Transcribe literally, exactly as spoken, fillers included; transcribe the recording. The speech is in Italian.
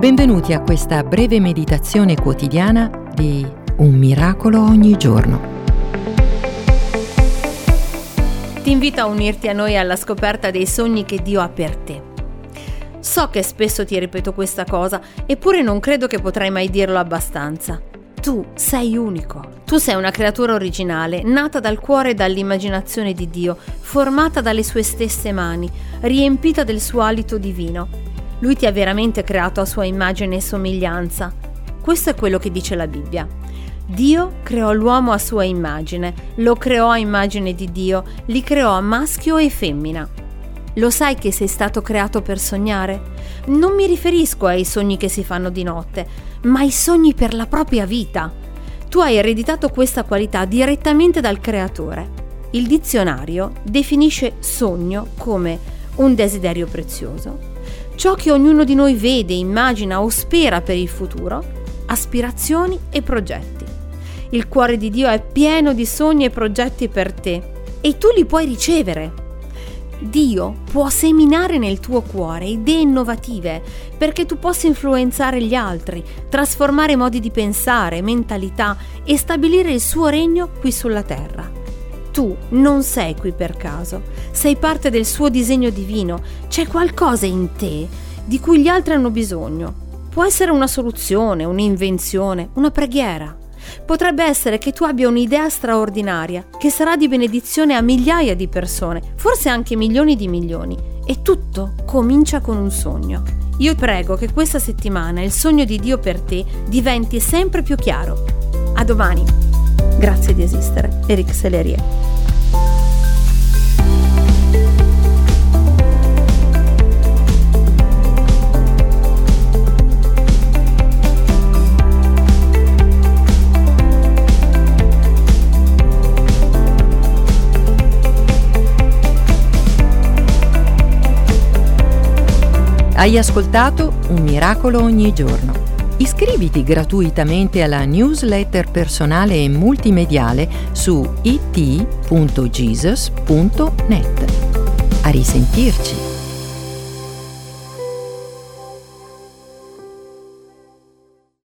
Benvenuti a questa breve meditazione quotidiana di Un miracolo ogni giorno. Ti invito a unirti a noi alla scoperta dei sogni che Dio ha per te. So che spesso ti ripeto questa cosa, eppure non credo che potrai mai dirlo abbastanza. Tu sei unico. Tu sei una creatura originale, nata dal cuore e dall'immaginazione di Dio, formata dalle sue stesse mani, riempita del suo alito divino. Lui ti ha veramente creato a sua immagine e somiglianza. Questo è quello che dice la Bibbia. Dio creò l'uomo a sua immagine, lo creò a immagine di Dio, li creò a maschio e femmina. Lo sai che sei stato creato per sognare? Non mi riferisco ai sogni che si fanno di notte, ma ai sogni per la propria vita. Tu hai ereditato questa qualità direttamente dal Creatore. Il dizionario definisce sogno come un desiderio prezioso, ciò che ognuno di noi vede, immagina o spera per il futuro, aspirazioni e progetti. Il cuore di Dio è pieno di sogni e progetti per te e tu li puoi ricevere. Dio può seminare nel tuo cuore idee innovative perché tu possa influenzare gli altri, trasformare modi di pensare, mentalità e stabilire il suo regno qui sulla terra. Tu non sei qui per caso, sei parte del suo disegno divino, c'è qualcosa in te di cui gli altri hanno bisogno. Può essere una soluzione, un'invenzione, una preghiera. Potrebbe essere che tu abbia un'idea straordinaria che sarà di benedizione a migliaia di persone, forse anche milioni di milioni. E tutto comincia con un sogno. Io prego che questa settimana il sogno di Dio per te diventi sempre più chiaro. A domani. Grazie di esistere. Eric Sellerie. Hai ascoltato Un miracolo ogni giorno. Iscriviti gratuitamente alla newsletter personale e multimediale su it punto jesus punto net. A risentirci!